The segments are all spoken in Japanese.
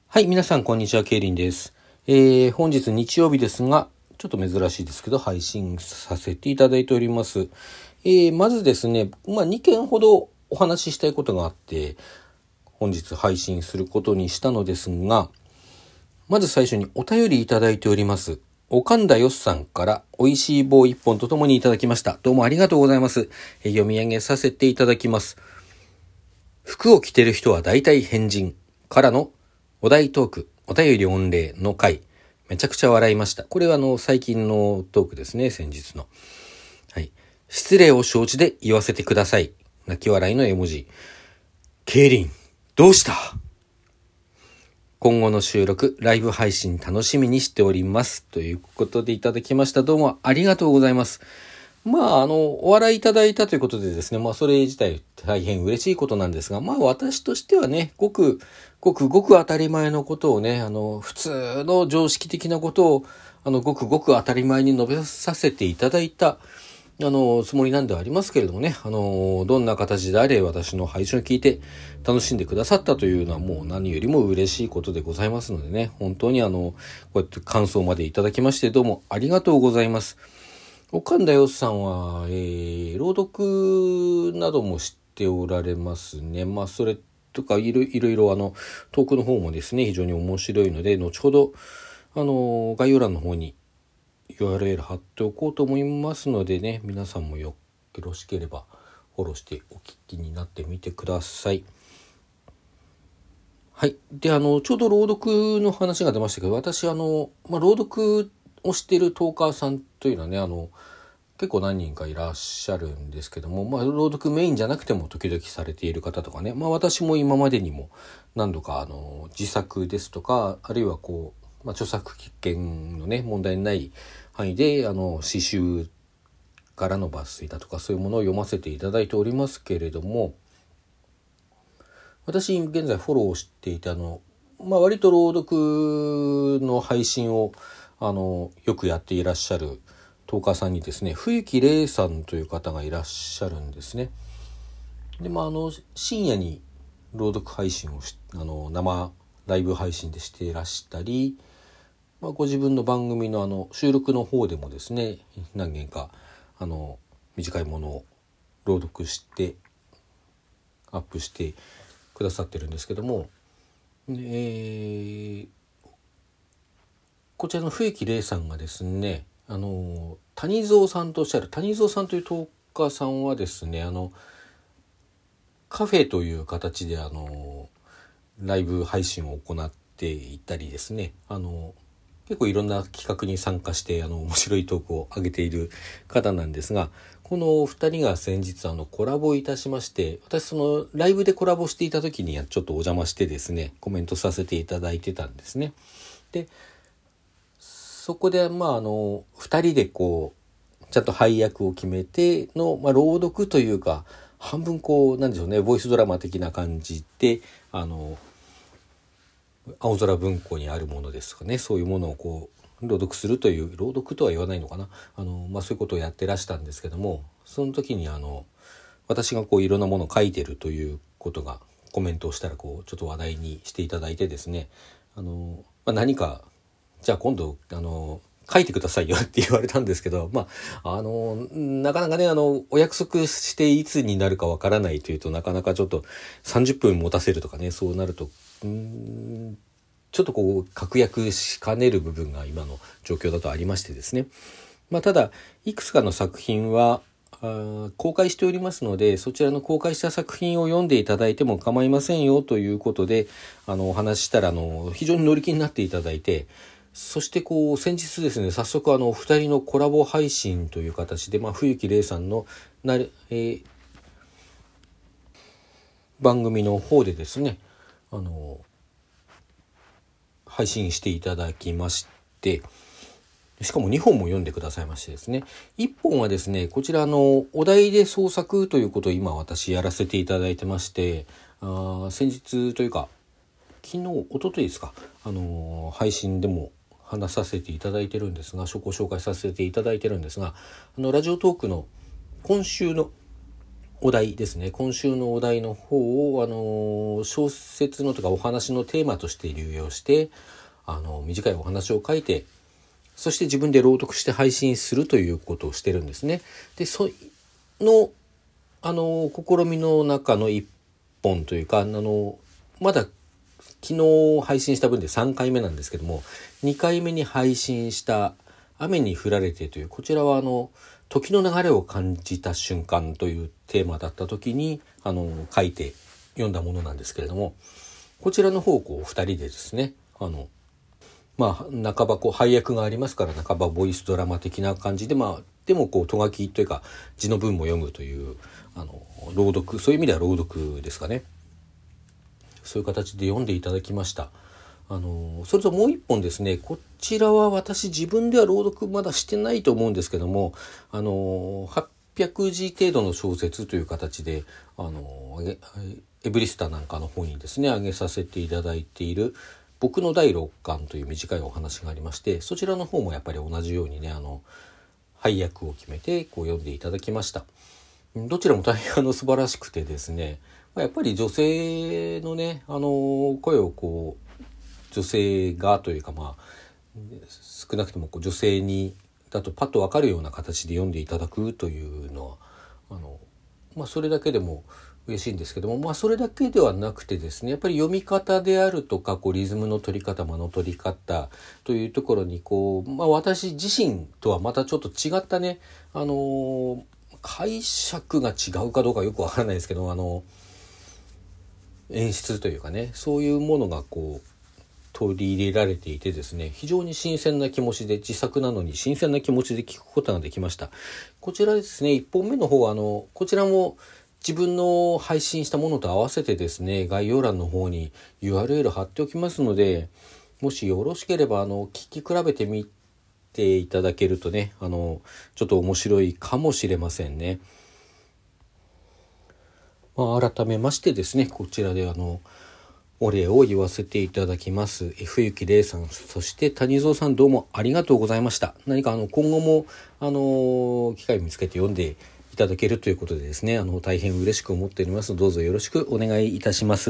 はい、皆さんこんにちは、ケイリンです。本日日曜日ですが、ちょっと珍しいですけど、配信させていただいております。まずですね、2件ほどお話ししたいことがあって、本日配信することにしたのですが、まず最初にお便りいただいております。おかんだよっさんから美味しい棒一本とともにいただきました。どうもありがとうございます。読み上げさせていただきます。服を着てる人は大体変人からのお題トーク、お便り御礼の回、めちゃくちゃ笑いました。これは最近のトークですね、先日の。はい。失礼を承知で言わせてください。泣き笑いの絵文字。ケイリン、どうした？今後の収録、ライブ配信楽しみにしております。ということでいただきました。どうもありがとうございます。お笑いいただいたということでですね、それ自体大変嬉しいことなんですが、私としてはね、ごく当たり前のことをね、普通の常識的なことを、ごく当たり前に述べさせていただいた、つもりなんではありますけれどもね、どんな形であれ私の配信を聞いて楽しんでくださったというのはもう何よりも嬉しいことでございますのでね、本当にこうやって感想までいただきましてどうもありがとうございます。おかんだよさんは、朗読なども知っておられますね。それとかいろいろトークの方もですね、非常に面白いので、後ほど、概要欄の方に URL 貼っておこうと思いますのでね、皆さんもよろしければフォローしてお聞きになってみてください。はい。で、ちょうど朗読の話が出ましたけど、私、朗読をしているトーカーさんというのはね、結構何人かいらっしゃるんですけども、朗読メインじゃなくても時々されている方とかね、私も今までにも何度か自作ですとか、あるいは著作権のね、問題ない範囲で、詩集からの抜粋だとか、そういうものを読ませていただいておりますけれども、私現在フォローしていて割と朗読の配信をよくやっていらっしゃるトーカーさんにですね、冬木玲さんという方がいらっしゃるんですね。で深夜に朗読配信を生ライブ配信でしていらしたり、ご自分の番組の収録の方でもですね、何件か短いものを朗読してアップしてくださってるんですけども、こちらの冬木玲さんがですね、谷蔵さんとおっしゃる谷蔵さんというトーカーさんはですね、カフェという形でライブ配信を行っていたりですね、結構いろんな企画に参加して面白いトークを上げている方なんですが、この2人が先日コラボいたしまして、私そのライブでコラボしていた時にちょっとお邪魔してですね、コメントさせていただいてたんですね。でそこで2人でちゃんと配役を決めての、朗読というか、半分なんでしょうね、ボイスドラマ的な感じで青空文庫にあるものですとかね、そういうものを朗読するという、朗読とは言わないのかな、そういうことをやってらしたんですけども、その時に私がいろんなものを書いてるということがコメントをしたらちょっと話題にしていただいてですね、何かじゃあ今度書いてくださいよって言われたんですけど、なかなかねお約束していつになるかわからないというと、なかなかちょっと30分持たせるとかね、そうなるとちょっと確約しかねる部分が今の状況だとありましてですね、ただいくつかの作品は公開しておりますので、そちらの公開した作品を読んでいただいても構いませんよということでお話ししたら非常に乗り気になっていただいて、そして先日ですね、早速お二人のコラボ配信という形で、冬木玲さんの番組の方でですね配信していただきまして、しかも2本も読んでくださいましてですね、1本はですね、こちらお題で創作ということを今私やらせていただいてまして、先日というか昨日一昨日ですか、配信でも話させていただいてるんですが、紹介させていただいてるんですが、ラジオトークの今週のお題ですね。今週のお題の方を、小説のとかお話のテーマとして流用して、短いお話を書いて、そして自分で朗読して配信するということをしてるんですね。で、試みの中の一本というか、まだ昨日配信した分で3回目なんですけども、2回目に配信した雨に降られてという、こちらは時の流れを感じた瞬間というテーマだった時に書いて読んだものなんですけれども、こちらの方を2人でですね、半ば配役がありますから、半ばボイスドラマ的な感じで、でもと書きというか字の文も読むという朗読、そういう意味では朗読ですかね。そういう形で読んでいただきました。それともう一本ですね、こちらは私自分では朗読まだしてないと思うんですけども、800字程度の小説という形でエブリスタなんかの方にですね上げさせていただいている僕の第6巻という短いお話がありまして、そちらの方もやっぱり同じようにね配役を決めて読んでいただきました。どちらも大変素晴らしくてですね、やっぱり女性のね声を女性がというか少なくとも女性にだとパッと分かるような形で読んでいただくというのはそれだけでも嬉しいんですけども、それだけではなくてですね、やっぱり読み方であるとかリズムの取り方間の取り方というところに私自身とはまたちょっと違ったね解釈が違うかどうかよくわからないですけど演出というかね、そういうものが取り入れられていてですね、非常に新鮮な気持ちで、自作なのに新鮮な気持ちで聞くことができました。こちらですね、1本目の方はこちらも自分の配信したものと合わせてですね、概要欄の方に URL 貼っておきますので、もしよろしければ聞き比べてみていただけるとね、ちょっと面白いかもしれませんね。改めましてですね、こちらでお礼を言わせていただきます。冬木玲さん、そして谷蔵さん、どうもありがとうございました。何か今後も機会を見つけて読んでいただけるということでですね、大変嬉しく思っております。どうぞよろしくお願いいたします。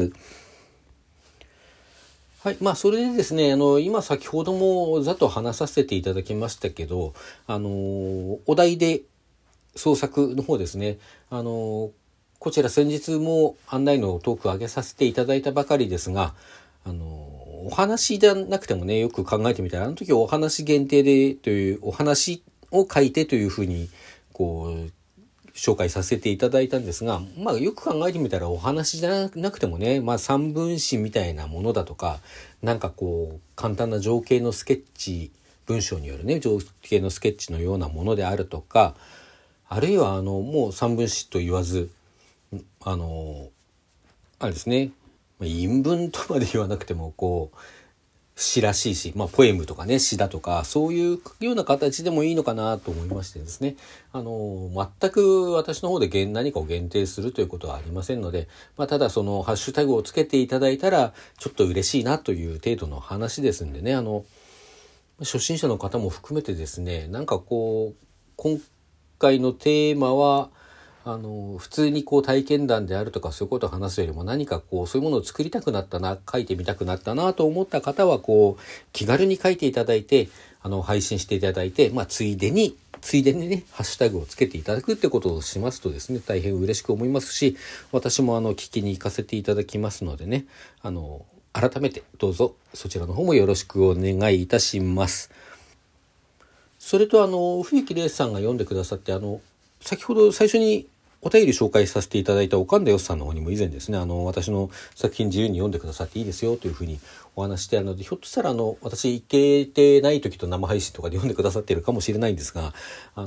はい、それでですね、今先ほどもざっと話させていただきましたけど、お題で創作の方ですね、こちら先日も案内のトークを上げさせていただいたばかりですが、お話じゃなくてもね、よく考えてみたら、時お話限定でという、お話を書いてというふうに、紹介させていただいたんですが、よく考えてみたらお話じゃなくてもね、三分詞みたいなものだとか、簡単な情景のスケッチ、文章によるね、情景のスケッチのようなものであるとか、あるいはもう三分詞と言わず、あれですね、韻文とまで言わなくても詩らしいし、ポエムとかね、詩だとか、そういうような形でもいいのかなと思いましてですね、全く私の方で何かを限定するということはありませんので、ただそのハッシュタグをつけていただいたらちょっと嬉しいなという程度の話ですんでね、初心者の方も含めてですね、今回のテーマは普通に体験談であるとかそういうことを話すよりも、何かそういうものを作りたくなったな、書いてみたくなったなと思った方は気軽に書いていただいて配信していただいて、ついでにねハッシュタグをつけていただくってことをしますとですね、大変嬉しく思いますし、私も聞きに行かせていただきますのでね、改めてどうぞそちらの方もよろしくお願いいたします。それと冬木玲さんが読んでくださって先ほど最初にお便り紹介させていただいた岡田よしさんの方にも以前ですね、私の作品自由に読んでくださっていいですよというふうにお話してあるので、ひょっとしたら私行けてない時と生配信とかで読んでくださっているかもしれないんですが、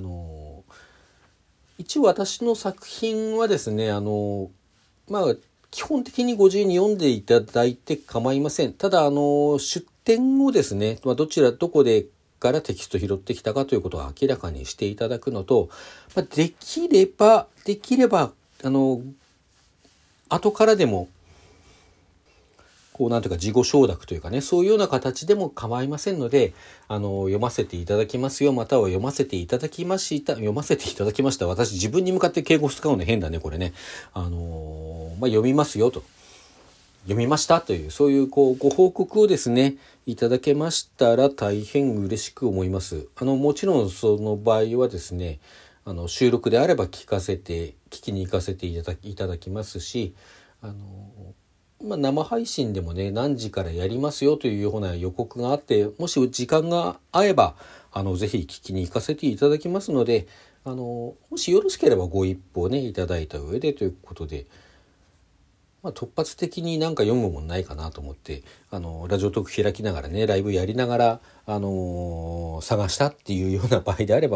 一応私の作品はですね、基本的にご自由に読んでいただいて構いません。ただ出典をですね、どこでからテキスト拾ってきたかということを明らかにしていただくのと、できれば後からでもなんというか自己承諾というかね、そういうような形でも構いませんので、読ませていただきますよ、または読ませていただきました。私自分に向かって敬語使うの変だね、これね。読みますよと。読みましたという、そういうご報告をですね、いただけましたら大変嬉しく思います。もちろんその場合はですね、収録であれば聞きに行かせていただきますし、生配信でもね、何時からやりますよというような予告があって、もし時間が合えば、ぜひ聞きに行かせていただきますので、もしよろしければご一報ね、いただいた上でということで、突発的になんか読むもんないかなと思って、ラジオトーク開きながらね、ライブやりながら、探したっていうような場合であれば、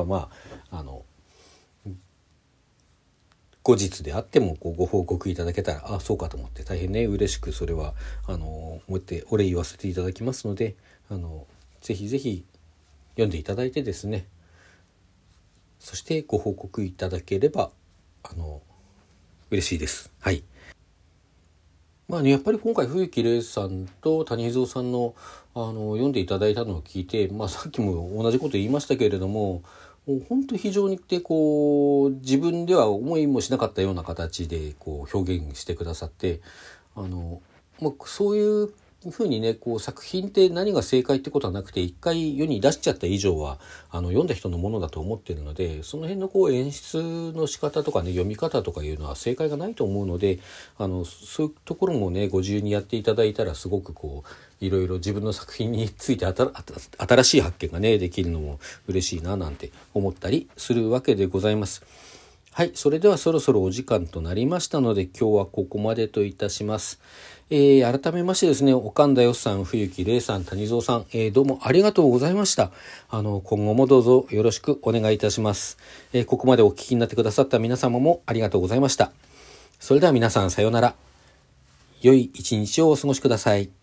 後日であってもご報告いただけたら、そうかと思って大変ね、嬉しくそれは、思ってお礼言わせていただきますので、ぜひぜひ読んでいただいてですね、そしてご報告いただければ、嬉しいです。はい。やっぱり今回冬木玲さんと谷蔵さんの、読んでいただいたのを聞いて、さっきも同じこと言いましたけれども、本当非常に自分では思いもしなかったような形で表現してくださって、そういうふうにね、作品って何が正解ってことはなくて、一回世に出しちゃった以上は読んだ人のものだと思っているので、その辺の演出の仕方とかね、読み方とかいうのは正解がないと思うので、そういうところもね、ご自由にやっていただいたら、すごくいろいろ自分の作品について新しい発見がね、できるのも嬉しいななんて思ったりするわけでございます。はい、それではそろそろお時間となりましたので、今日はここまでといたします。改めましてですね、おかんだよさん、冬木玲さん、谷蔵さん、どうもありがとうございました。今後もどうぞよろしくお願いいたします。ここまでお聞きになってくださった皆様もありがとうございました。それでは皆さんさようなら。良い一日をお過ごしください。